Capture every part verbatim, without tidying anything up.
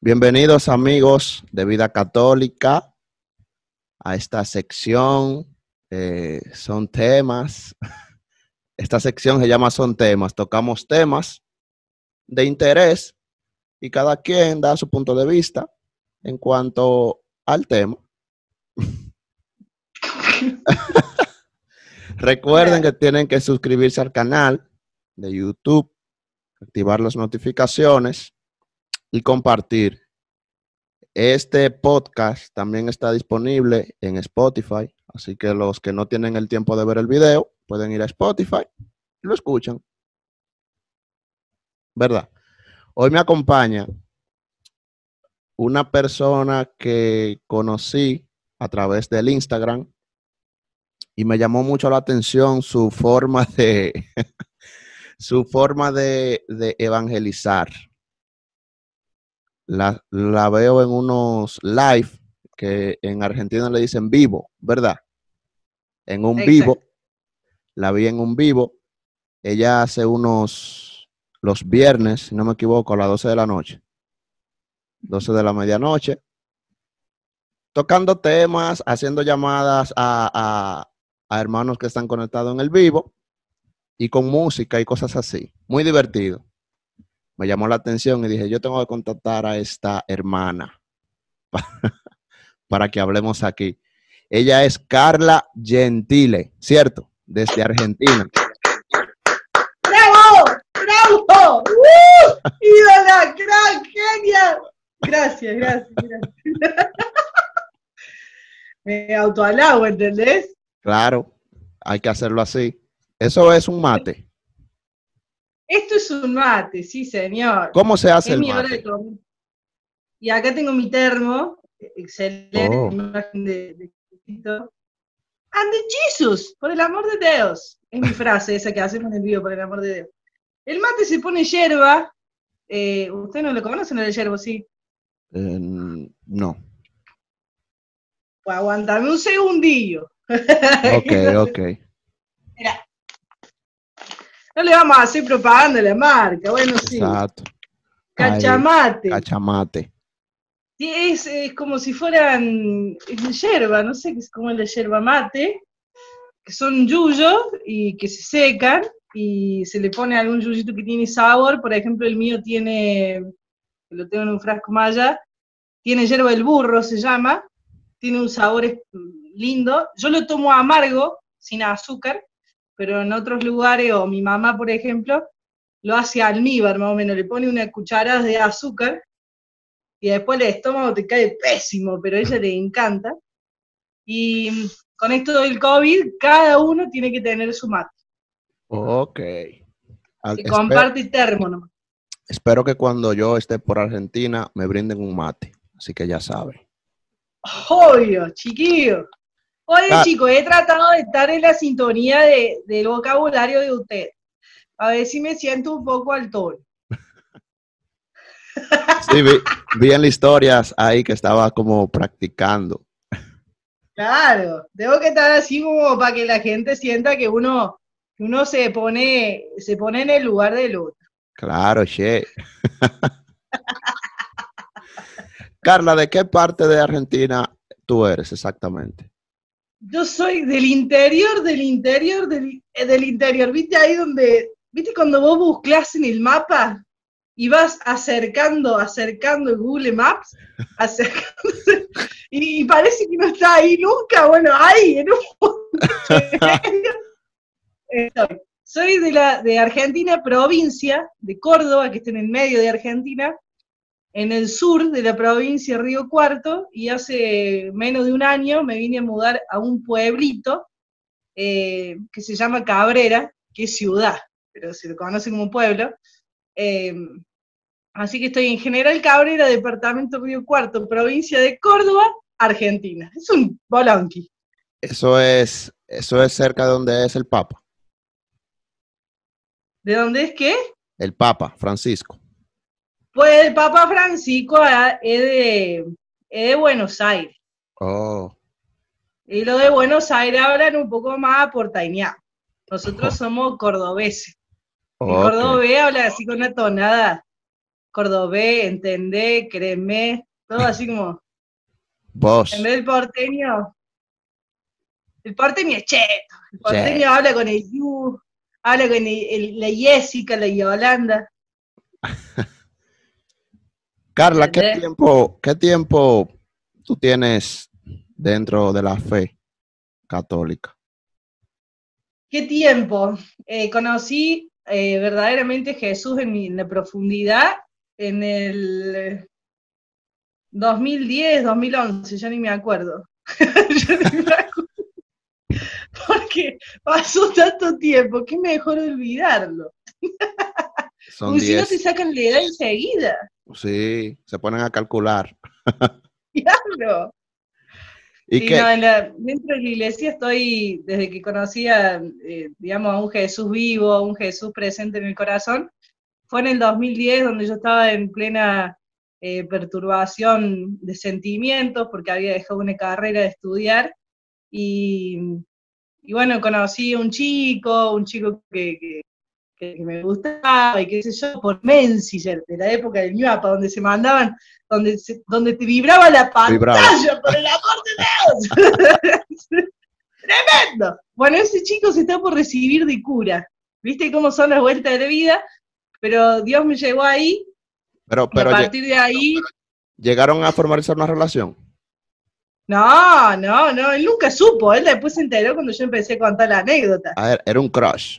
Bienvenidos amigos de Vida Católica a esta sección. Eh, son temas. Esta sección se llama Son temas. Tocamos temas de interés y cada quien da su punto de vista en cuanto al tema. Recuerden que tienen que suscribirse al canal de YouTube, activar las notificaciones y compartir. Este podcast también está disponible en Spotify, así que los que no tienen el tiempo de ver el video pueden ir a Spotify y lo escuchan. ¿Verdad? Hoy me acompaña una persona que conocí a través del Instagram y me llamó mucho la atención su forma de su forma de, de evangelizar. La, la veo en unos live que en Argentina le dicen vivo, ¿verdad? En un vivo, la vi en un vivo. Ella hace unos, los viernes, si no me equivoco, a las doce de la noche, doce de la medianoche, tocando temas, haciendo llamadas a, a, a hermanos que están conectados en el vivo y con música y cosas así. Muy divertido. Me llamó la atención y dije, yo tengo que contactar a esta hermana para que hablemos aquí. Ella es Carla Gentile, ¿cierto? Desde Argentina. ¡Bravo! ¡Bravo! ¡Uh! ¡Ídola! ¡Crack! ¡Genial! Gracias, gracias, gracias. Me autoalabo, ¿entendés? Claro, hay que hacerlo así. Eso es un mate. Esto es un mate, sí, señor. ¿Cómo se hace es el mi mate? hora de comer. Y acá tengo mi termo, excelente, Oh. imagen de, de Cristo. And the Jesus, por el amor de Dios. Es mi frase esa que hacemos en el video, por el amor de Dios. El mate se pone yerba. Eh, ¿Usted no lo conocen el yerbo, sí? Eh, no. Pues aguantame un segundillo. Ok, ok. Mira. No le vamos a hacer propaganda a la marca, bueno, sí. Exacto. Cachamate. Ay, cachamate. Sí, es, es como si fueran es yerba, no sé, es como el de yerba mate, que son yuyos y que se secan y se le pone algún yuyito que tiene sabor. Por ejemplo, el mío tiene, lo tengo en un frasco maya, tiene yerba del burro, se llama, tiene un sabor lindo. Yo lo tomo amargo, sin azúcar, pero en otros lugares, o mi mamá, por ejemplo, lo hace almíbar, más o menos, le pone una cucharada de azúcar, y después el estómago te cae pésimo, pero a ella le encanta. Y con esto del COVID, cada uno tiene que tener su mate. Ok. Se Espe comparte termo nomás. Espero que cuando yo esté por Argentina me brinden un mate, así que ya saben. Obvio, chiquillo. Oye, Ah. chicos, he tratado de estar en la sintonía de, del vocabulario de usted. A ver si me siento un poco al tono. Sí, vi, vi en las historias ahí que estaba como practicando. Claro, tengo que estar así como para que la gente sienta que uno, que uno se pone, se pone en el lugar del otro. Claro, che. Carla, ¿de qué parte de Argentina tú eres exactamente? Yo soy del interior, del interior, del, del interior. ¿Viste ahí donde, viste cuando vos buscás en el mapa y vas acercando, acercando el Google Maps, acercándose, y, y parece que no está ahí nunca? Bueno, ahí, en un punto estoy. Soy de, la, de Argentina, provincia de Córdoba, que está en el medio de Argentina, en el sur de la provincia de Río Cuarto, y hace menos de un año me vine a mudar a un pueblito eh, que se llama Cabrera, que es ciudad, pero se lo conoce como pueblo. Eh, así que estoy en General Cabrera, departamento Río Cuarto, provincia de Córdoba, Argentina. Es un bolonqui. Eso es, eso es cerca de donde es el Papa. ¿De dónde es qué? El Papa, Francisco. Pues el Papa Francisco es de, es de Buenos Aires. Oh. Y los de Buenos Aires hablan un poco más portañá. Nosotros Oh. somos cordobeses. El Okay. cordobés habla así con una tonada cordobés, entendé, créeme, todo así como... Vos. En vez del porteño, el porteño es cheto, el porteño Che. habla con el you, habla con el, el- la Jessica, la Yolanda, Carla, ¿qué ¿entendés? tiempo, qué tiempo tú tienes dentro de la fe católica? ¿Qué tiempo? Eh, conocí eh, verdaderamente Jesús en, mi, en la profundidad en el dos mil diez, dos mil once, ya ni me acuerdo. Yo ni me acuerdo. Porque pasó tanto tiempo que es mejor olvidarlo. Son Porque si no te diez. sacan la edad enseguida. Sí, se ponen a calcular. Claro. ¿Y Sí, no, qué? en la, dentro de la iglesia estoy, desde que conocía, eh, digamos, a un Jesús vivo, a un Jesús presente en el corazón, fue en el dos mil diez donde yo estaba en plena eh, perturbación de sentimientos porque había dejado una carrera de estudiar y, y bueno, conocí a un chico, un chico que, que, que me gustaba y qué sé yo, por Messenger, de la época del ñuapa, donde se mandaban, donde, se, donde te vibraba la Vibraba. pantalla, por el amor de Dios. Tremendo. Bueno, ese chico se está por recibir de cura. ¿Viste cómo son las vueltas de la vida? Pero Dios me llevó ahí, Pero, y a pero lle- partir de ahí, llegaron a formalizar una relación. no, no, no, él nunca supo, él después se enteró cuando yo empecé a contar la anécdota. A ver, era un crush.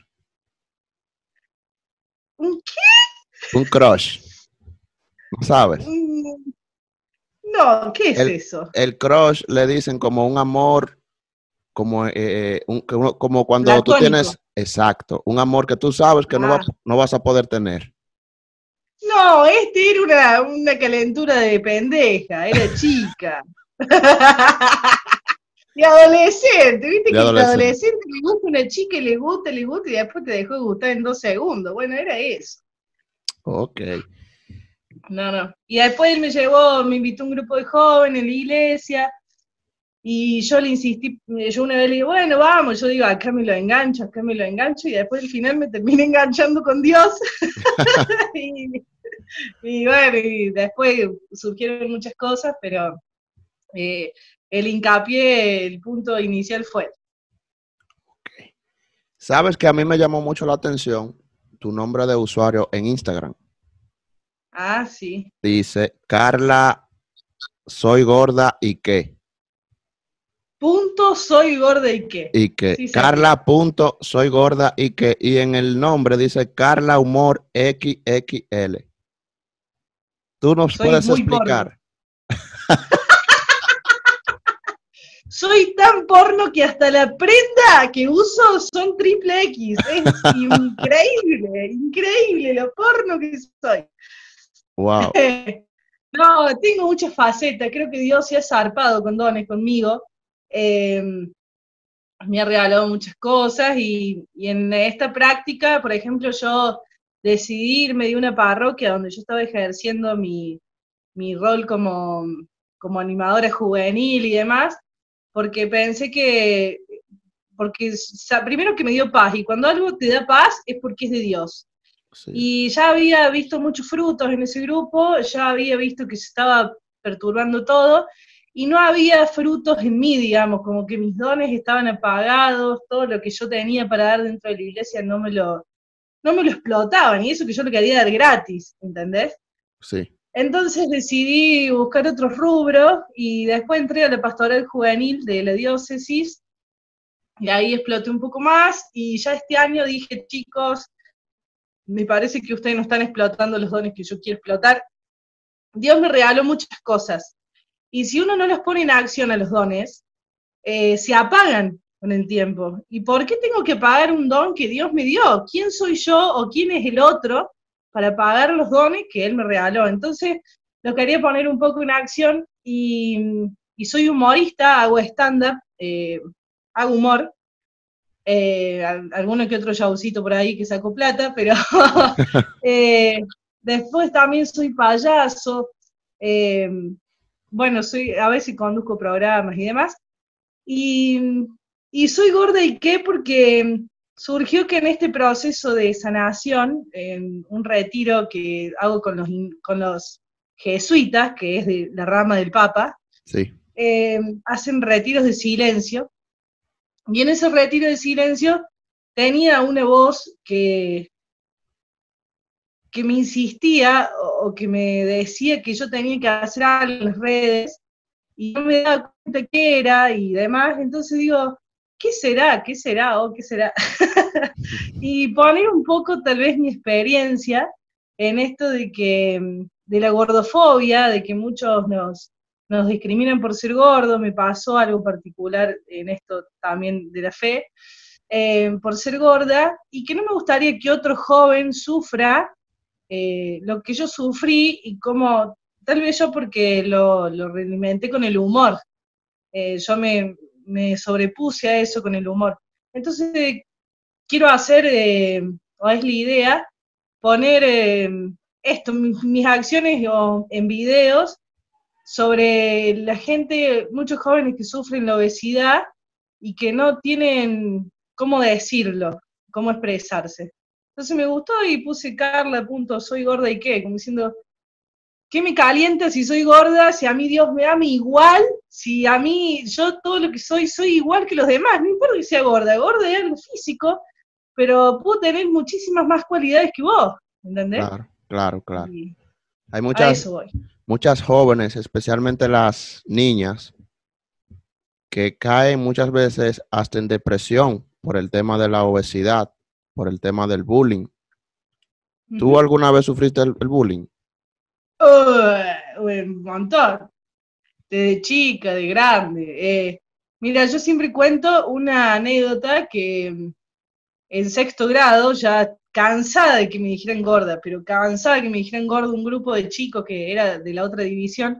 ¿Un qué? Un crush. ¿No sabes? Un- No, ¿qué es El, eso? el crush le dicen como un amor, como, eh, un- que uno- como cuando tú Platónico. tienes, exacto, un amor que tú sabes que no, va, Ah, no vas a poder tener. no, este era una, una calentura de pendeja, era chica. Y adolescente, viste De que el adolescente. adolescente le gusta una chica y le gusta, le gusta y después te dejó de gustar en dos segundos. Bueno, era eso. Ok. No, no. Y después él me llevó, me invitó a un grupo de jóvenes en la iglesia y yo le insistí, yo una vez le dije, bueno, vamos, yo digo, acá me lo engancho, acá me lo engancho y después al final me terminé enganchando con Dios. y, y bueno, y después surgieron muchas cosas, pero eh, el hincapié, el punto inicial fue. Sabes que a mí me llamó mucho la atención tu nombre de usuario en Instagram. Ah, sí. Dice, Carla, soy gorda y qué. Punto, soy gorda y qué. Y que Sí, señor. Carla punto soy gorda y que y en el nombre dice Carla Humor equis equis ele. ¿Tú nos Soy puedes muy porno. explicar? Soy tan porno que hasta la prenda que uso son triple X. Es increíble, increíble lo porno que soy. Wow. No, tengo muchas facetas. Creo que Dios se ha zarpado con dones conmigo. Eh, me ha regalado muchas cosas y, y en esta práctica, por ejemplo, yo decidí irme de una parroquia donde yo estaba ejerciendo mi, mi rol como, como animadora juvenil y demás, porque pensé que, porque o sea, primero que me dio paz, y cuando algo te da paz es porque es de Dios. Sí. Y ya había visto muchos frutos en ese grupo, ya había visto que se estaba perturbando todo, y no había frutos en mí, digamos, como que mis dones estaban apagados, todo lo que yo tenía para dar dentro de la iglesia no me lo, no me lo explotaban, y eso que yo lo quería dar gratis, ¿entendés? Sí. Entonces decidí buscar otros rubros y después entré a la pastoral juvenil de la diócesis y ahí exploté un poco más y ya este año dije, chicos, me parece que ustedes no están explotando los dones que yo quiero explotar. Dios me regaló muchas cosas y si uno no los pone en acción a los dones, eh, se apagan con el tiempo. ¿Y por qué tengo que pagar un don que Dios me dio? ¿Quién soy yo o quién es el otro para pagar los dones que Él me regaló? Entonces, lo quería poner un poco en acción y, y soy humorista, hago stand-up, eh, hago humor, eh, alguno que otro showcito por ahí que saco plata, pero eh, después también soy payaso, eh, bueno, soy, a veces conduzco programas y demás, y, y soy gorda y qué porque surgió que en este proceso de sanación, en un retiro que hago con los, con los jesuitas, que es de la rama del Papa, sí. eh, hacen retiros de silencio, y en ese retiro de silencio tenía una voz que, que me insistía o, o que me decía que yo tenía que hacer algo en las redes, y no me daba cuenta qué era y demás, entonces digo, ¿qué será? ¿Qué será? ¿O qué será? Y poner un poco tal vez mi experiencia en esto de que, de la gordofobia, de que muchos nos, nos discriminan por ser gordos, me pasó algo particular en esto también de la fe, eh, por ser gorda, y que no me gustaría que otro joven sufra eh, lo que yo sufrí, y como, tal vez yo porque lo, lo realimenté con el humor, eh, yo me, me sobrepuse a eso con el humor. Entonces, eh, quiero hacer, eh, o es la idea, poner eh, esto, mis, mis acciones o, en videos sobre la gente, muchos jóvenes que sufren la obesidad y que no tienen cómo decirlo, cómo expresarse. Entonces me gustó y puse Carla, punto, soy gorda y qué, como diciendo, ¿qué me calienta si soy gorda? Si a mí Dios me ama igual, si a mí, yo todo lo que soy, soy igual que los demás, no importa que sea gorda, gorda es algo físico, pero puedo tener muchísimas más cualidades que vos, ¿entendés? Claro, claro, claro. Y Hay a muchas, eso voy. muchas jóvenes, especialmente las niñas, que caen muchas veces hasta en depresión por el tema de la obesidad, por el tema del bullying. ¿Tú Uh-huh. alguna vez sufriste el, el bullying? Uh, un montón, desde chica, de grande. Eh, mira, yo siempre cuento una anécdota que en sexto grado, ya cansada de que me dijeran gorda, pero cansada de que me dijeran gorda un grupo de chicos que era de la otra división,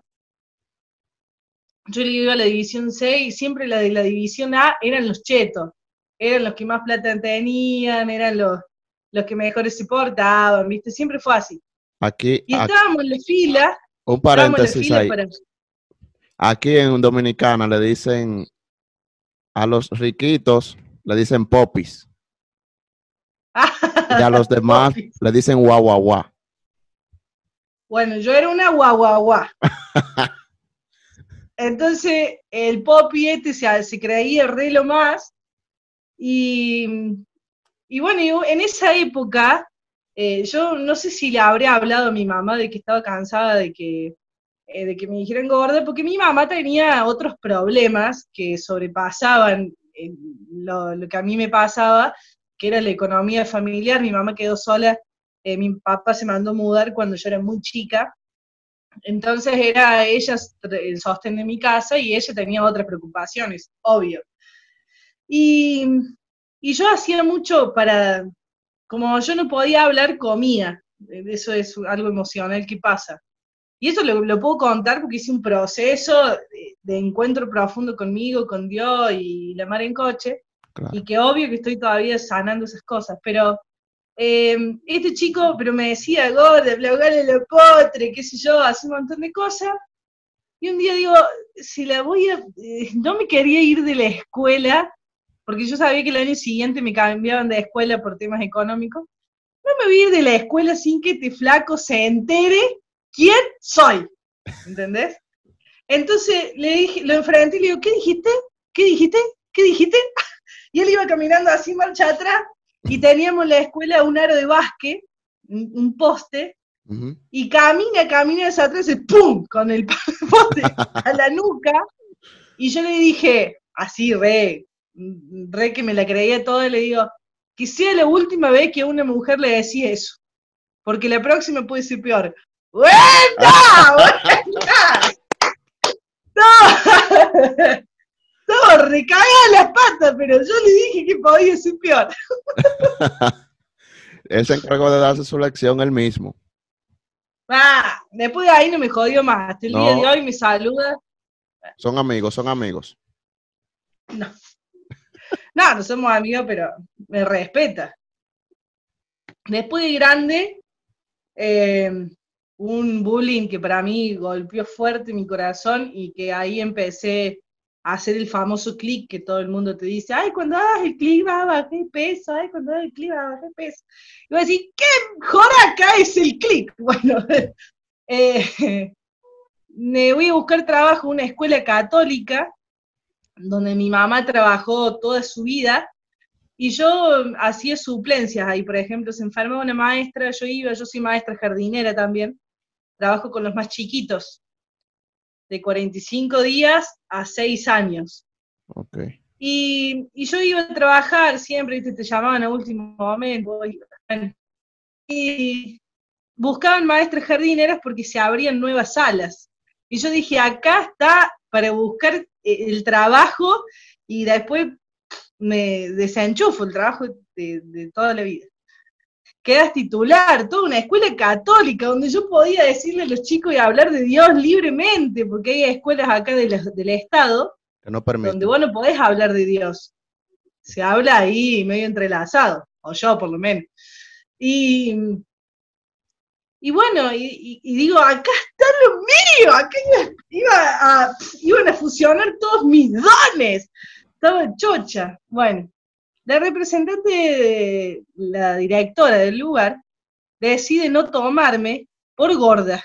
yo le iba a la división C y siempre la de la división A eran los chetos, eran los que más plata tenían, eran los, los que mejores se portaban, ¿viste? Siempre fue así. Aquí, Y aquí estábamos en la fila, un estábamos en la paréntesis fila ahí. para... Aquí en Dominicana le dicen a los riquitos, le dicen popis. Y a los demás Popis. le dicen guau, guau, guau. Bueno, yo era una guaguaguá. Entonces, el Popi este se, se creía re lo más, y, y bueno, en esa época, eh, yo no sé si le habré hablado a mi mamá de que estaba cansada de que, eh, de que me dijeran gorda, porque mi mamá tenía otros problemas que sobrepasaban eh, lo, lo que a mí me pasaba, que era la economía familiar. Mi mamá quedó sola, eh, mi papá se mandó mudar cuando yo era muy chica, entonces era ella el sostén de mi casa y ella tenía otras preocupaciones, obvio. Y, y yo hacía mucho para, como yo no podía hablar, comía. Eso es algo emocional que pasa. Y eso lo, lo puedo contar porque hice un proceso de, de encuentro profundo conmigo, con Dios y la mar en coche, Claro. y que obvio que estoy todavía sanando esas cosas, pero eh, este chico, pero me decía, gorda, blogale lo potre, qué sé yo, hace un montón de cosas, y un día digo, si la voy a, eh, no me quería ir de la escuela, porque yo sabía que el año siguiente me cambiaban de escuela por temas económicos, no me voy a ir de la escuela sin que este flaco se entere quién soy, ¿entendés? Entonces le dije, lo enfrenté y le digo, ¿qué dijiste? ¿Qué dijiste? ¿Qué dijiste? Y él iba caminando así marcha atrás, y teníamos en la escuela un aro de básquet, un, un poste, uh-huh. Y camina, camina hacia atrás y ¡pum! Con el poste a la nuca, y yo le dije, así re, re que me la creía toda, le digo, que sea la última vez que a una mujer le decía eso, porque la próxima puede ser peor. ¡Buena! ¡Buena! ¡No! No, recagada las patas, pero yo le dije que podía ser peor. Él se encargó de darse su lección él mismo. Ah, después de ahí no me jodió más. Hasta el no, día de hoy me saluda. Son amigos, son amigos. No. No, no somos amigos, pero me respeta. Después de grande, eh, un bullying que para mí golpeó fuerte mi corazón y que ahí empecé hacer el famoso clic que todo el mundo te dice, ay, cuando hagas el clic vas a bajar de peso, ay, cuando hagas el clic vas a bajar de peso. Y voy a decir, ¿qué joraca es el clic? Bueno, eh, me voy a buscar trabajo en una escuela católica, donde mi mamá trabajó toda su vida, y yo hacía suplencias ahí, por ejemplo, se enfermaba una maestra, yo iba, yo soy maestra jardinera también, trabajo con los más chiquitos, de cuarenta y cinco días a seis años. Okay. Y, y yo iba a trabajar siempre, ¿viste? Te llamaban a último momento, y buscaban maestras jardineras porque se abrían nuevas salas. Y yo dije, acá está para buscar el trabajo y después me desenchufo el trabajo de, de toda la vida. Quedas titular, toda una escuela católica donde yo podía decirle a los chicos y hablar de Dios libremente, porque hay escuelas acá de la, del Estado que no permite, donde vos no podés hablar de Dios. Se habla ahí medio entrelazado, o yo por lo menos. Y, y bueno, y, y digo, acá está lo mío, acá iba, iba a, iban a fusionar todos mis dones. Estaba chocha. Bueno, la representante, de, la directora del lugar, decide no tomarme por gorda.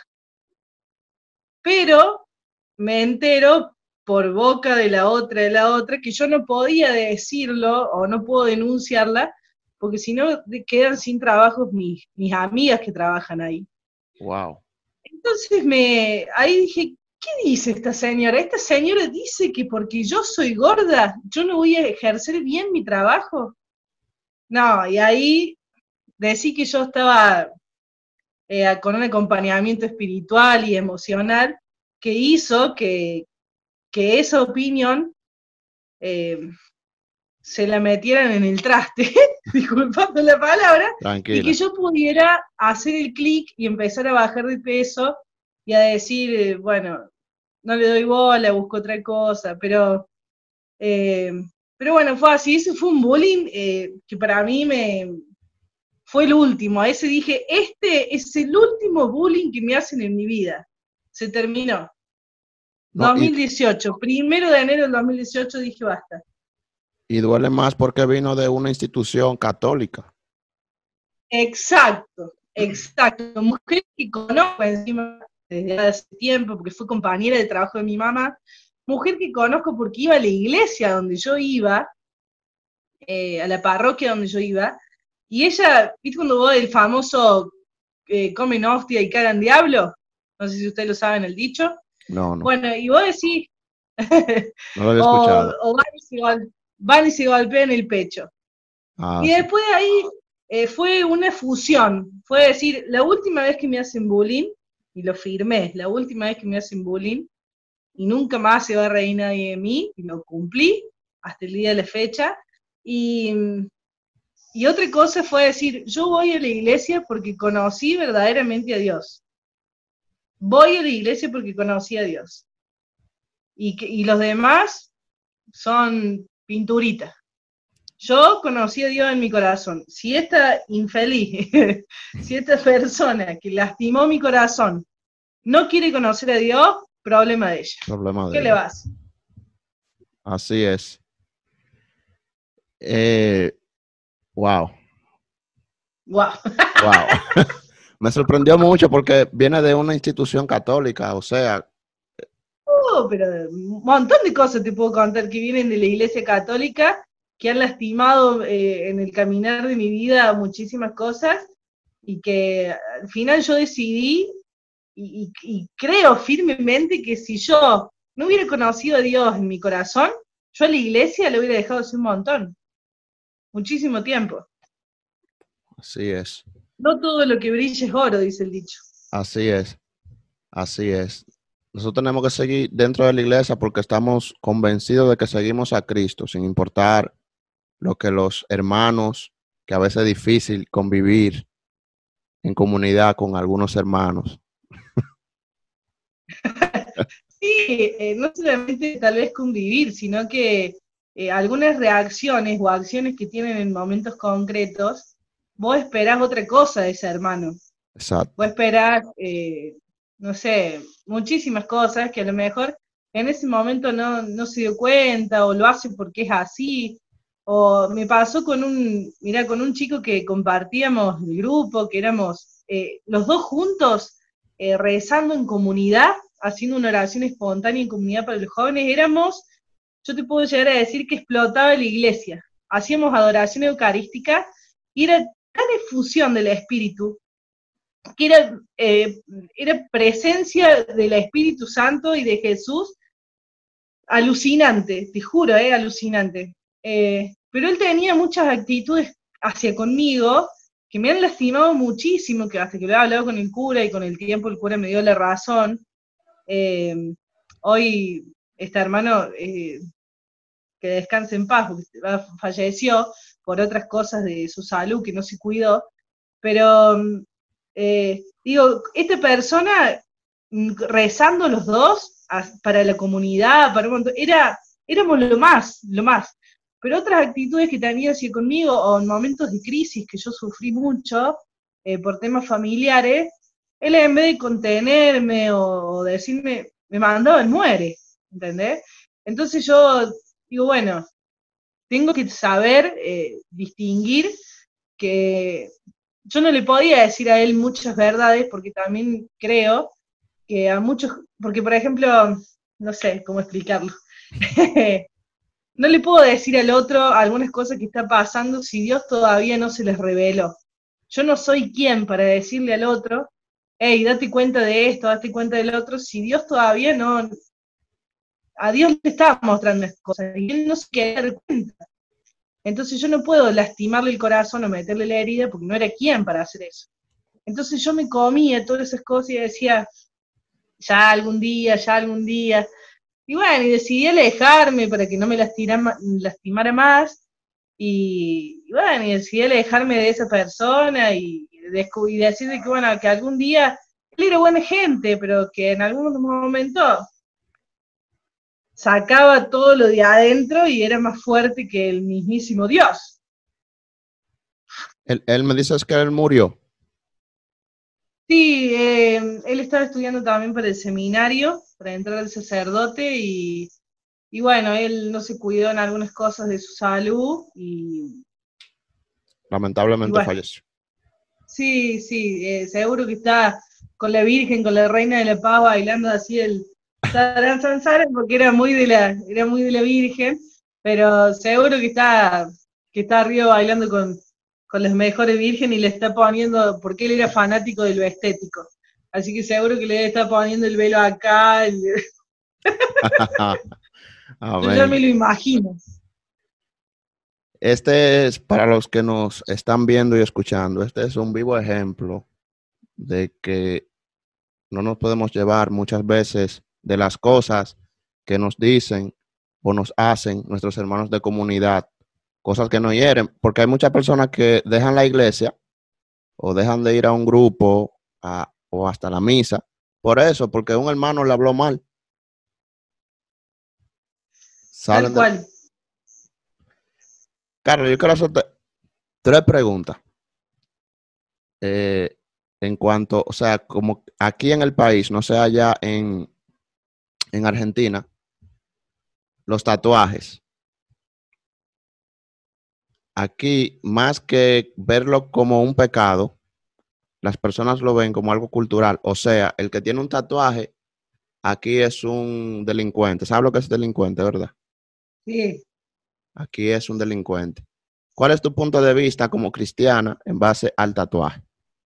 Pero me entero por boca de la otra, de la otra, que yo no podía decirlo o no puedo denunciarla, porque si no quedan sin trabajo mis, mis amigas que trabajan ahí. Wow. Entonces me, ahí dije, ¿qué dice esta señora? Esta señora dice que porque yo soy gorda, yo no voy a ejercer bien mi trabajo. No, y ahí decí que yo estaba eh, con un acompañamiento espiritual y emocional que hizo que, que esa opinión eh, se la metieran en el traste, disculpando la palabra, Tranquila. Y que yo pudiera hacer el clic y empezar a bajar de peso y a decir, eh, bueno, no le doy bola, busco otra cosa, pero, eh, pero bueno, fue así, ese fue un bullying eh, que para mí me fue el último, a ese dije, este es el último bullying que me hacen en mi vida, se terminó. No, dos mil dieciocho, y, primero de enero del dos mil dieciocho dije basta. Y duele más porque vino de una institución católica. Exacto, exacto. Mujer que conozco encima desde hace tiempo, porque fue compañera de trabajo de mi mamá, mujer que conozco porque iba a la iglesia donde yo iba, eh, a la parroquia donde yo iba, y ella, ¿viste cuando vos el famoso eh, comen hostia y cagan diablo? No sé si ustedes lo saben el dicho. No, no. Bueno, y vos decís, no lo había escuchado. o, o van, y se gol, van y se golpean el pecho. Ah, y sí. después ahí eh, fue una fusión, fue decir, la última vez que me hacen bullying, y lo firmé, la última vez que me hacen bullying, y nunca más se va a reír nadie de mí, y lo cumplí hasta el día de la fecha, y, y otra cosa fue decir, yo voy a la iglesia porque conocí verdaderamente a Dios. Voy a la iglesia porque conocí a Dios. Y, que, y los demás son pinturitas. Yo conocí a Dios en mi corazón. Si esta infeliz, si esta persona que lastimó mi corazón no quiere conocer a Dios, problema de ella. Problema de ¿Qué ella. le vas? Así es. Eh, wow. Wow. Wow. Me sorprendió mucho porque viene de una institución católica, o sea. Oh, pero un montón de cosas te puedo contar que vienen de la Iglesia Católica, que han lastimado eh, en el caminar de mi vida muchísimas cosas, y que al final yo decidí, y, y, y creo firmemente que si yo no hubiera conocido a Dios en mi corazón, yo a la iglesia le hubiera dejado hace un montón, muchísimo tiempo. Así es. No todo lo que brilla es oro, dice el dicho. Así es, así es. Nosotros tenemos que seguir dentro de la iglesia porque estamos convencidos de que seguimos a Cristo, sin importar lo que los hermanos, que a veces es difícil convivir en comunidad con algunos hermanos. Sí, eh, no solamente tal vez convivir, sino que eh, algunas reacciones o acciones que tienen en momentos concretos, vos esperás otra cosa de ese hermano. Exacto. Vos esperás, eh, no sé, muchísimas cosas que a lo mejor en ese momento no, no se dio cuenta, o lo hace porque es así. O me pasó con un, mirá, con un chico que compartíamos el grupo, que éramos eh, los dos juntos, eh, rezando en comunidad, haciendo una oración espontánea en comunidad para los jóvenes, éramos, yo te puedo llegar a decir que explotaba la iglesia. Hacíamos adoración eucarística y era tan efusión del Espíritu, que era, eh, era presencia del Espíritu Santo y de Jesús, alucinante, te juro, eh, alucinante. Eh, pero él tenía muchas actitudes hacia conmigo que me han lastimado muchísimo, que hasta que lo he hablado con el cura y con el tiempo el cura me dio la razón. Eh, hoy este hermano, eh, que descanse en paz, porque falleció por otras cosas de su salud que no se cuidó, pero eh, digo, esta persona rezando los dos para la comunidad, para un montón, era, éramos lo más, lo más. Pero otras actitudes que tenía hacia conmigo, o en momentos de crisis que yo sufrí mucho, eh, por temas familiares, él en vez de contenerme o decirme, me mandaba el muere, ¿entendés? Entonces yo digo, bueno, tengo que saber eh, distinguir que yo no le podía decir a él muchas verdades, porque también creo que a muchos, porque por ejemplo, no sé cómo explicarlo, no le puedo decir al otro algunas cosas que está pasando si Dios todavía no se les reveló. Yo no soy quien para decirle al otro, hey, date cuenta de esto, date cuenta del otro, si Dios todavía no, a Dios le está mostrando las cosas, y él no se quiere dar cuenta. Entonces yo no puedo lastimarle el corazón o meterle la herida, porque no era quien para hacer eso. Entonces yo me comía todas esas cosas y decía, ya algún día, ya algún día. Y bueno, y decidí alejarme para que no me lastimara, lastimara más. Y, y bueno, y decidí alejarme de esa persona y, y decirle que bueno, que algún día, él era buena gente, pero que en algún momento sacaba todo lo de adentro y era más fuerte que el mismísimo Dios. Él, él me dice que él murió. Sí, eh, él estaba estudiando también para el seminario, para entrar al sacerdote, y, y bueno, él no se cuidó en algunas cosas de su salud y... Lamentablemente y bueno, falleció. Sí, sí, eh, seguro que está con la Virgen, con la Reina de la Paz, bailando así el Saran Sansara, porque era muy de la, era muy de la Virgen, pero seguro que está, que está arriba bailando con, con las mejores vírgenes y le está poniendo, porque él era fanático de lo estético. Así que seguro que le está poniendo el velo acá. El... Yo ya me lo imagino. Este es, para los que nos están viendo y escuchando, este es un vivo ejemplo de que no nos podemos llevar muchas veces de las cosas que nos dicen o nos hacen nuestros hermanos de comunidad, cosas que nos hieren, porque hay muchas personas que dejan la iglesia o dejan de ir a un grupo a, o hasta la misa, por eso, porque un hermano le habló mal. Tal cual. De... Carlos, yo quiero hacerte tres preguntas. Eh, en cuanto, o sea, como aquí en el país, no sé allá en, en Argentina, los tatuajes. Aquí, más que verlo como un pecado, las personas lo ven como algo cultural. O sea, el que tiene un tatuaje, aquí es un delincuente. ¿Sabes lo que es delincuente, verdad? Sí. Aquí es un delincuente. ¿Cuál es tu punto de vista como cristiana en base al tatuaje?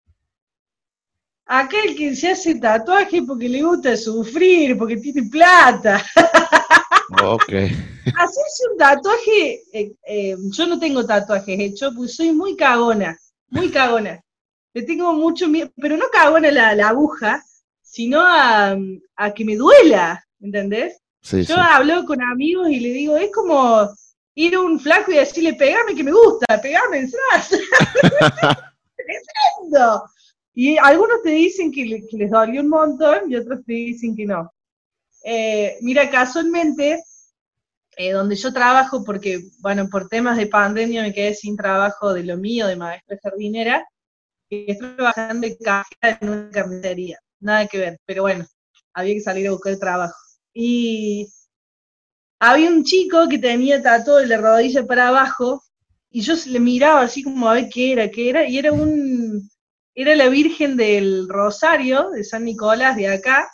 Aquel que se hace tatuaje porque le gusta sufrir, porque tiene plata. Ok. Hacerse un tatuaje, eh, eh, yo no tengo tatuajes hechos, pues soy muy cagona, muy cagona. Le tengo mucho miedo, pero no cagona a la, la aguja, sino a, a que me duela, ¿entendés? Sí, yo sí. hablo con amigos y le digo, es como ir a un flaco y decirle, pegame que me gusta, pegame, ¿sabes? ¡Tremendo! Y algunos te dicen que, le, que les dolió un montón y otros te dicen que no. Eh, mira, casualmente, eh, donde yo trabajo, porque, bueno, por temas de pandemia me quedé sin trabajo de lo mío, de maestra jardinera, y estoy trabajando de cajera en una carnicería. Nada que ver, pero bueno, había que salir a buscar trabajo. y había un chico que tenía tatuado de la rodilla para abajo, y yo le miraba así como a ver qué era, qué era, y era un, era la Virgen del Rosario, de San Nicolás, de acá.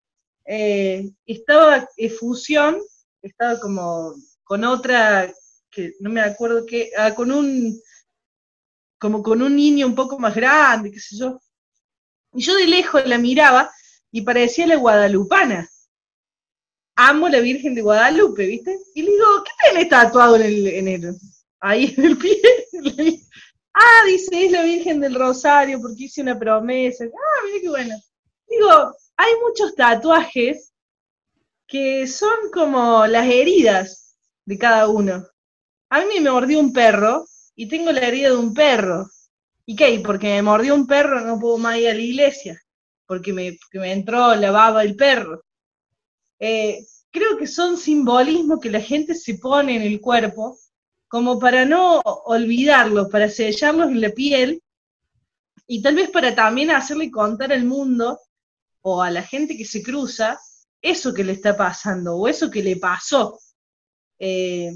Eh, estaba efusión, estaba como con otra, que no me acuerdo qué, ah, con un, como con un niño un poco más grande, qué sé yo. Y yo de lejos la miraba y parecía la guadalupana. Amo la Virgen de Guadalupe, ¿viste? Y le digo, ¿qué tenés tatuado en el, en el, ahí en el pie? Ah, dice, es la Virgen del Rosario porque hice una promesa. Ah, mira qué bueno. Digo, hay muchos tatuajes que son como las heridas de cada uno. A mí me mordió un perro y tengo la herida de un perro. ¿Y qué? Y porque me mordió un perro no puedo más ir a la iglesia, porque me, porque me entró la baba del perro. Eh, creo que son simbolismos que la gente se pone en el cuerpo como para no olvidarlos, para sellarlos en la piel y tal vez para también hacerle contar al mundo o a la gente que se cruza eso que le está pasando o eso que le pasó. Eh,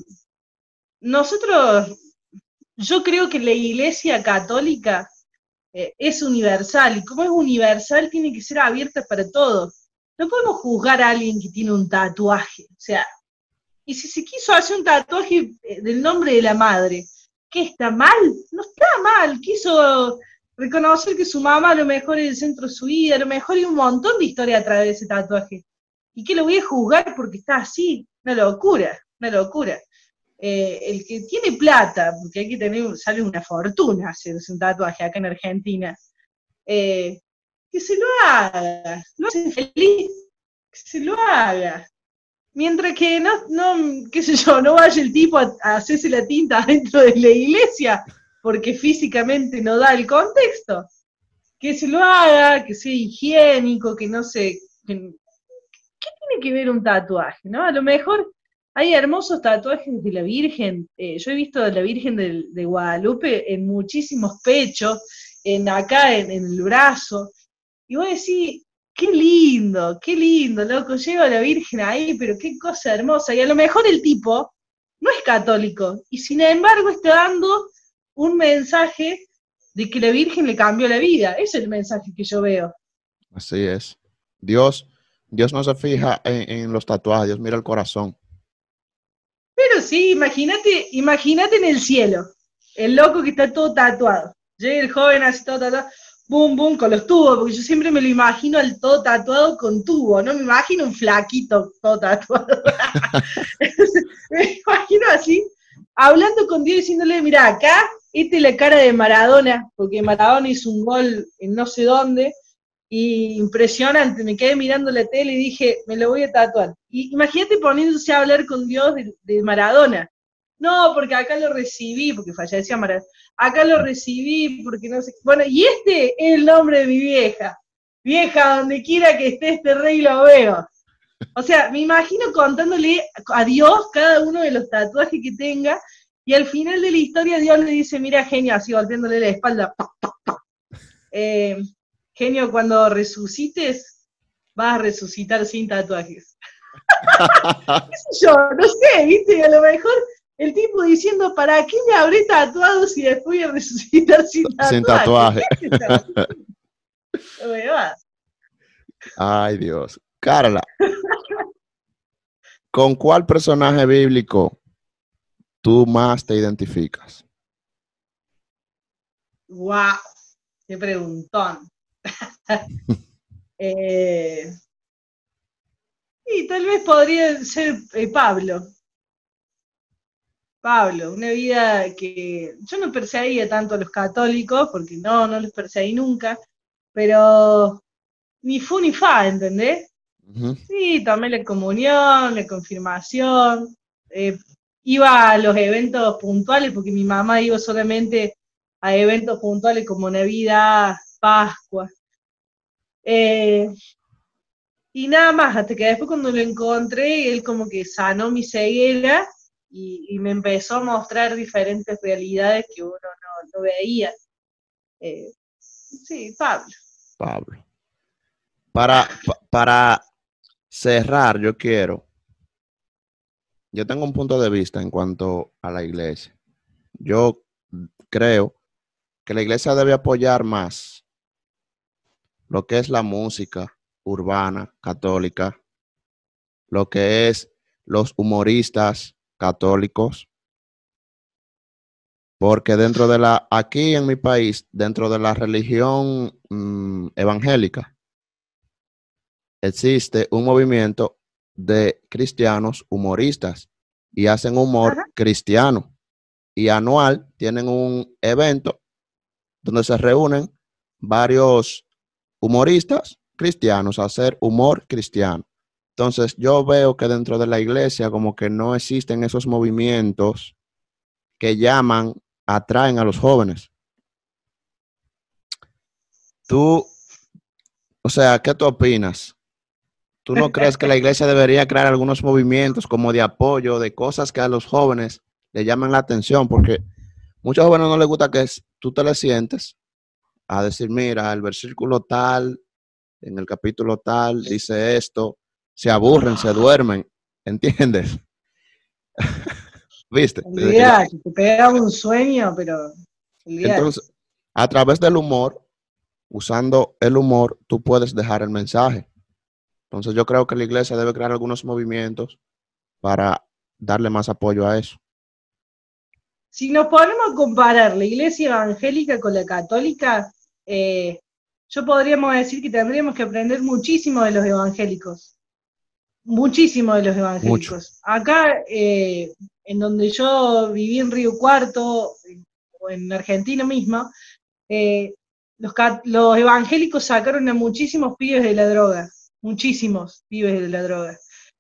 nosotros, yo creo que la Iglesia Católica eh, es universal y como es universal tiene que ser abierta para todos. No podemos juzgar a alguien que tiene un tatuaje, o sea, y si se quiso hacer un tatuaje del nombre de la madre, ¿qué está mal? No está mal, quiso reconocer que su mamá a lo mejor es el centro de su vida, a lo mejor hay un montón de historia a través de ese tatuaje. ¿Y qué lo voy a juzgar porque está así? Una locura, una locura. Eh, el que tiene plata, porque hay que tener, sale una fortuna hacerse un tatuaje acá en Argentina, eh, que se lo haga, lo hace feliz, que se lo haga. Mientras que no, no, qué sé yo, no vaya el tipo a, a hacerse la tinta dentro de la iglesia, porque físicamente no da el contexto. Que se lo haga, que sea higiénico, que no sé. Que, ¿qué tiene que ver un tatuaje, no? A lo mejor hay hermosos tatuajes de la Virgen. Eh, yo he visto de la Virgen de, de Guadalupe en muchísimos pechos, en acá en, en el brazo. Y vos decís, qué lindo, qué lindo, loco, lleva a la Virgen ahí, pero qué cosa hermosa. Y a lo mejor el tipo no es católico, y sin embargo está dando un mensaje de que la Virgen le cambió la vida. Ese es el mensaje que yo veo. Así es. Dios, Dios no se fija en, en los tatuajes, Dios mira el corazón. Pero sí, imagínate, imagínate en el cielo, el loco que está todo tatuado. Llega el joven así todo tatuado, boom, boom, con los tubos, porque yo siempre me lo imagino al todo tatuado con tubo, no me imagino un flaquito todo tatuado. Me imagino así, hablando con Dios diciéndole, mira, acá, esta es la cara de Maradona, porque Maradona hizo un gol en no sé dónde, y impresionante, me quedé mirando la tele y dije, me lo voy a tatuar. Y imagínate poniéndose a hablar con Dios de, de Maradona. No, porque acá lo recibí, porque fallecía Maradona. Acá lo recibí, porque no sé. Bueno, y este es el nombre de mi vieja. Vieja, donde quiera que esté este rey lo veo. O sea, me imagino contándole a Dios cada uno de los tatuajes que tenga, y al final de la historia Dios le dice, mira, genio, así golpeándole la espalda. Eh, genio, cuando resucites, vas a resucitar sin tatuajes. ¿Qué sé yo? No sé, ¿viste? A lo mejor el tipo diciendo, ¿para qué me habré tatuado si después voy a resucitar sin tatuaje? Sin tatuaje. Ay, Dios. Carla, ¿con cuál personaje bíblico tú más te identificas? ¡Wow! ¡Qué preguntón! eh, y tal vez podría ser eh, Pablo. Pablo, una vida que yo no perseguía tanto a los católicos, porque no, no los perseguí nunca, pero ni fu ni fa, ¿entendés? Uh-huh. Sí, tomé la comunión, la confirmación, eh, iba a los eventos puntuales, porque mi mamá iba solamente a eventos puntuales como Navidad, Pascua, eh, y nada más, hasta que después cuando lo encontré, él como que sanó mi ceguera, Y, y me empezó a mostrar diferentes realidades que uno no, no veía. Eh, sí, Pablo. Pablo. Para, para cerrar, yo quiero, yo tengo un punto de vista en cuanto a la iglesia. Yo creo que la iglesia debe apoyar más lo que es la música urbana católica, lo que es los humoristas católicos, porque dentro de la, aquí en mi país, dentro de la religión mmm, evangélica, existe un movimiento de cristianos humoristas y hacen humor Ajá. cristiano. Y anual tienen un evento donde se reúnen varios humoristas cristianos a hacer humor cristiano. Entonces yo veo que dentro de la iglesia como que no existen esos movimientos que llaman, atraen a los jóvenes. Tú, o sea, ¿qué tú opinas? ¿Tú no crees que la iglesia debería crear algunos movimientos como de apoyo, de cosas que a los jóvenes le llaman la atención? Porque muchos jóvenes no les gusta que tú te le sientes a decir, mira, el versículo tal, en el capítulo tal, dice esto, se aburren, se duermen, ¿entiendes? ¿Viste? Olvídate, te pegaba un sueño, pero olvídate. Entonces, a través del humor, usando el humor, tú puedes dejar el mensaje. Entonces, yo creo que la iglesia debe crear algunos movimientos para darle más apoyo a eso. Si nos ponemos a comparar la iglesia evangélica con la católica, eh, yo podríamos decir que tendríamos que aprender muchísimo de los evangélicos. Muchísimo de los evangélicos. Mucho. Acá, eh, en donde yo viví en Río Cuarto, o en Argentina mismo, eh, los, los evangélicos sacaron a muchísimos pibes de la droga. Muchísimos pibes de la droga.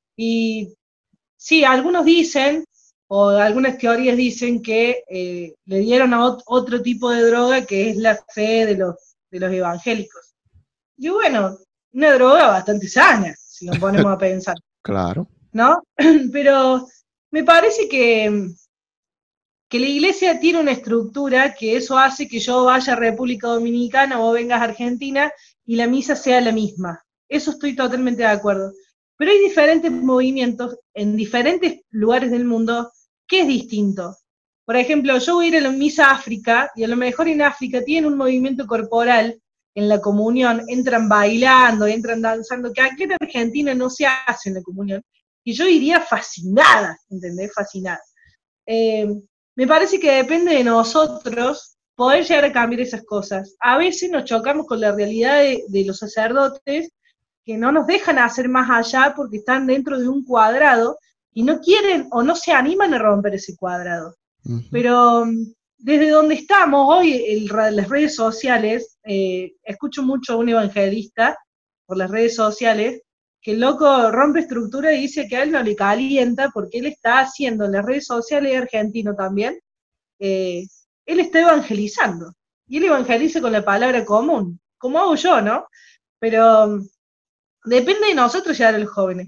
Y sí, algunos dicen, o algunas teorías dicen que eh, le dieron a ot otro tipo de droga que es la fe de los, de los evangélicos. Y bueno, una droga bastante sana, si nos ponemos a pensar. Claro. ¿No? Pero me parece que, que la iglesia tiene una estructura que eso hace que yo vaya a República Dominicana o vengas a Argentina y la misa sea la misma. Eso estoy totalmente de acuerdo. Pero hay diferentes movimientos en diferentes lugares del mundo que es distinto. Por ejemplo, yo voy a ir a la misa a África y a lo mejor en África tienen un movimiento corporal en la comunión, entran bailando, entran danzando, que aquí en Argentina no se hace en la comunión, y yo iría fascinada, ¿entendés? Fascinada. Eh, me parece que depende de nosotros poder llegar a cambiar esas cosas. A veces nos chocamos con la realidad de, de los sacerdotes que no nos dejan hacer más allá porque están dentro de un cuadrado y no quieren o no se animan a romper ese cuadrado. Uh-huh. Pero desde donde estamos hoy, en las redes sociales, eh, escucho mucho a un evangelista por las redes sociales, que el loco rompe estructura y dice que a él no le calienta porque él está haciendo en las redes sociales, argentino también, eh, él está evangelizando. Y él evangeliza con la palabra común, como hago yo, ¿no? Pero depende de nosotros llegar a los jóvenes.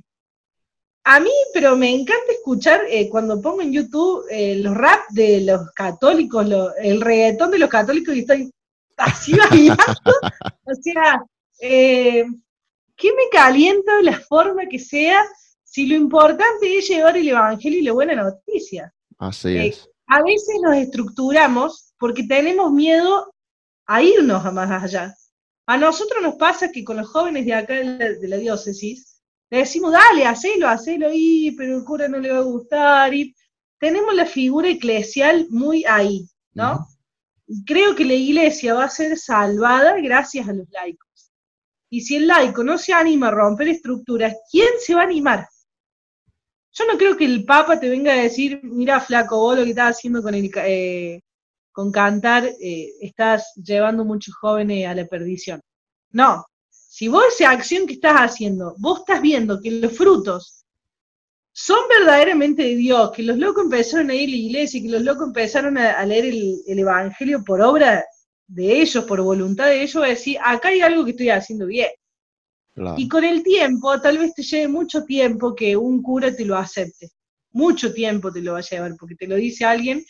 A mí, pero me encanta escuchar eh, cuando pongo en YouTube eh, los rap de los católicos, lo, el reggaetón de los católicos y estoy así bailando. O sea, eh, ¿qué me calienta la forma que sea si lo importante es llevar el evangelio y la buena noticia? Así eh, es. A veces nos estructuramos porque tenemos miedo a irnos a más allá. A nosotros nos pasa que con los jóvenes de acá de la, de la diócesis, le decimos, dale, hacelo, hacelo, y, pero el cura no le va a gustar, y tenemos la figura eclesial muy ahí, ¿no? Uh-huh. Creo que la iglesia va a ser salvada gracias a los laicos. Y si el laico no se anima a romper estructuras, ¿quién se va a animar? Yo no creo que el Papa te venga a decir, mira, flaco, vos lo que estás haciendo con, el, eh, con cantar, eh, estás llevando muchos jóvenes a la perdición. No. Si vos esa acción que estás haciendo, vos estás viendo que los frutos son verdaderamente de Dios, que los locos empezaron a ir a la iglesia, que los locos empezaron a, a leer el, el evangelio por obra de ellos, por voluntad de ellos, va a decir, acá hay algo que estoy haciendo bien. Claro. Y con el tiempo, tal vez te lleve mucho tiempo que un cura te lo acepte. Mucho tiempo te lo va a llevar, porque te lo dice alguien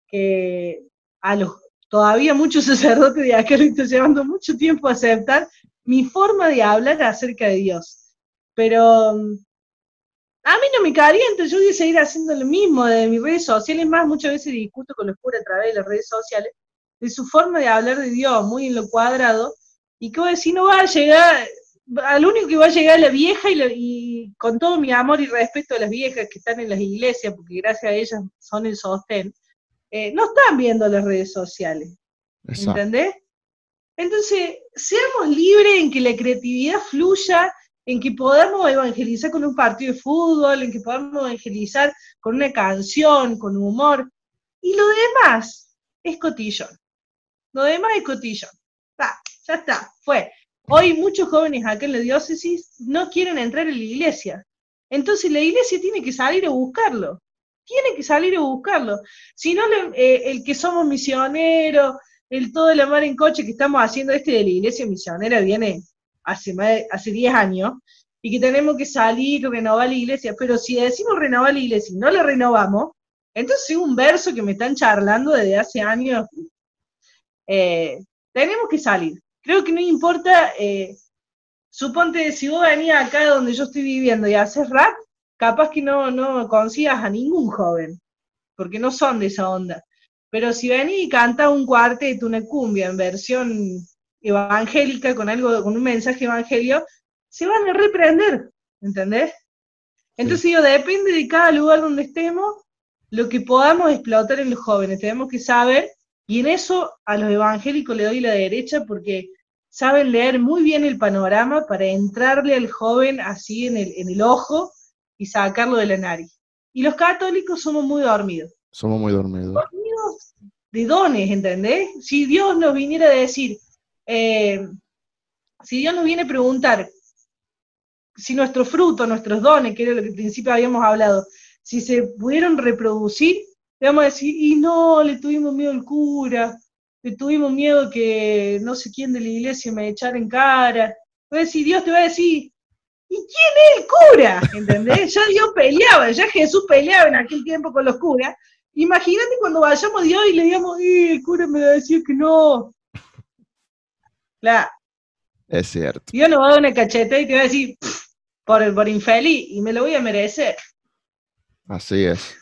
que a los todavía muchos sacerdotes de acá lo están llevando mucho tiempo a aceptar mi forma de hablar acerca de Dios. pero um, a mí no me calienta, yo voy a seguir haciendo lo mismo de mis redes sociales, más muchas veces discuto con los curas a través de las redes sociales, de su forma de hablar de Dios, muy en lo cuadrado, y que voy a decir, no va a llegar, al único que va a llegar es la vieja, y, lo, y con todo mi amor y respeto a las viejas que están en las iglesias, porque gracias a ellas son el sostén, eh, no están viendo las redes sociales, Exacto. ¿entendés? Entonces, seamos libres en que la creatividad fluya, en que podamos evangelizar con un partido de fútbol, en que podamos evangelizar con una canción, con humor, y lo demás es cotillón. Lo demás es cotillón. Ah, ya está, fue. Hoy muchos jóvenes acá en la diócesis no quieren entrar en la iglesia. Entonces la iglesia tiene que salir a buscarlo. Tiene que salir a buscarlo. Si no, eh, el que somos misioneros, el todo el amor en coche que estamos haciendo este de la iglesia misionera viene hace más de, hace diez años, y que tenemos que salir, renovar la iglesia, pero si decimos renovar la iglesia y no la renovamos, entonces es un verso que me están charlando desde hace años. Eh, tenemos que salir. Creo que no importa, eh, suponte, si vos venís acá donde yo estoy viviendo y haces rap, capaz que no, no consigas a ningún joven, porque no son de esa onda. Pero si venís y cantás un cuarteto, una cumbia en versión evangélica, con algo, con un mensaje evangelio, se van a reprender, ¿entendés? Entonces sí. Yo, depende de cada lugar donde estemos, lo que podamos explotar en los jóvenes, tenemos que saber, y en eso a los evangélicos le doy la derecha, porque saben leer muy bien el panorama para entrarle al joven así en el, en el ojo y sacarlo de la nariz. Y los católicos somos muy dormidos. Somos muy dormidos. Dormidos de dones, ¿entendés? Si Dios nos viniera a decir, eh, si Dios nos viene a preguntar si nuestros frutos, nuestros dones, que era lo que al principio habíamos hablado, si se pudieron reproducir, le vamos a decir, y no, le tuvimos miedo al cura, le tuvimos miedo que no sé quién de la iglesia me echara en cara. Va a decir, Dios te va a decir, ¿y quién es el cura? ¿Entendés? Ya Dios peleaba, ya Jesús peleaba en aquel tiempo con los curas. Imagínate cuando vayamos a Dios y le digamos, eh, el cura me va a decir que no. Claro. Es cierto. Dios nos va a dar una cacheta y te va a decir, por, por infeliz, y me lo voy a merecer. Así es.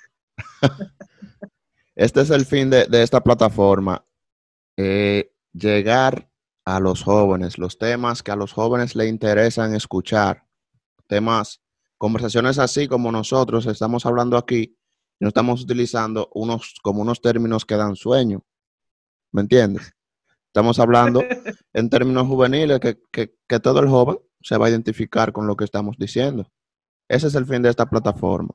Este es el fin de, de esta plataforma. Eh, llegar a los jóvenes, los temas que a los jóvenes les interesan escuchar, temas, conversaciones así como nosotros estamos hablando aquí, no estamos utilizando unos como unos términos que dan sueño, ¿me entiendes? Estamos hablando en términos juveniles que, que, que todo el joven se va a identificar con lo que estamos diciendo. Ese es el fin de esta plataforma.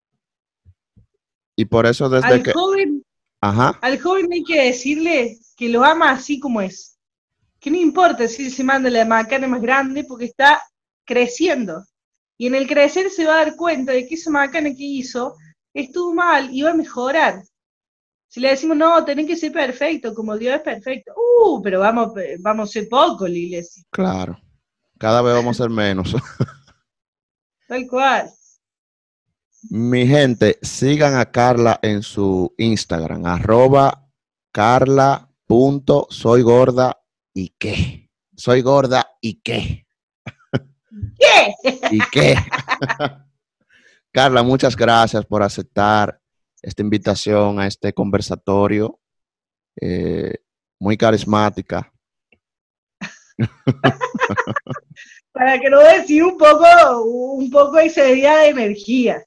Y por eso desde al que... Joven, Ajá. Al joven hay que decirle que lo ama así como es. Que no importa si se manda la macana más grande porque está creciendo. Y en el crecer se va a dar cuenta de que esa macana que hizo estuvo mal y va a mejorar. Si le decimos, no, tenés que ser perfecto, como Dios es perfecto. Uh, pero vamos, vamos a ser poco, la iglesia. Claro. Cada vez vamos a ser menos. Tal cual. Mi gente, sigan a Carla en su Instagram, arroba carla punto soy gorda y qué. Soy gorda y qué. ¿Qué? ¿Y qué? Carla, muchas gracias por aceptar esta invitación a este conversatorio. Eh, muy carismática. Para que no decir un poco, un poco ese día de energía.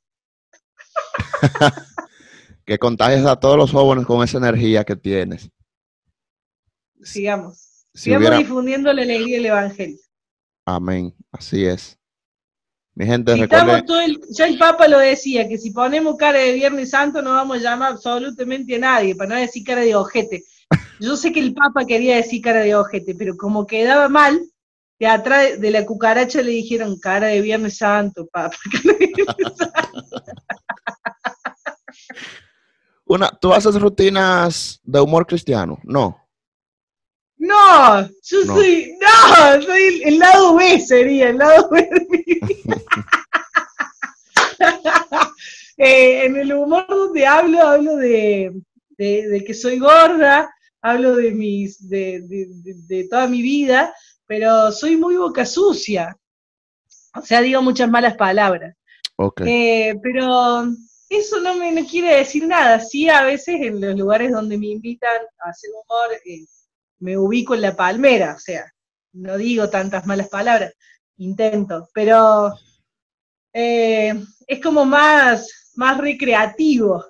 Que contagies a todos los jóvenes con esa energía que tienes. Sigamos. Si Sigamos hubiera... difundiendo la alegría del evangelio. Amén. Así es. Mi gente, si recuerden... todo el, ya el Papa lo decía, que si ponemos cara de Viernes Santo no vamos a llamar absolutamente a nadie, para no decir cara de ojete. Yo sé que el Papa quería decir cara de ojete, pero como quedaba mal, de atrás de la cucaracha le dijeron cara de Viernes Santo, Papa. Cara de Viernes Santo. Una, ¿tú haces rutinas de humor cristiano? No. No, yo no. soy, no, soy el, el lado B sería, el lado B de mi vida. eh, en el humor donde hablo, hablo de, de, de que soy gorda, hablo de mis, de, de, de, de toda mi vida, pero soy muy boca sucia. O sea, digo muchas malas palabras. Ok. Eh, pero eso no me no quiere decir nada. Sí, a veces en los lugares donde me invitan a hacer humor, eh, me ubico en la palmera, o sea, no digo tantas malas palabras, intento, pero eh, es como más, más recreativo.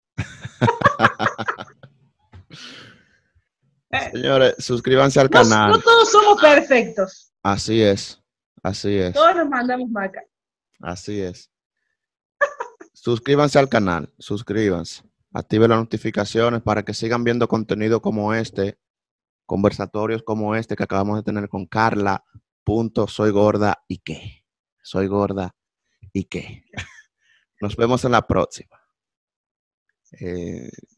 Señores, suscríbanse al No, no canal. todos somos perfectos, Así es, así es, todos nos mandamos maca. así es. Suscríbanse al canal, suscríbanse. Activen las notificaciones para que sigan viendo contenido como este, conversatorios como este que acabamos de tener con Carla. Punto, soy gorda y qué. Soy gorda y qué. Nos vemos en la próxima. Eh,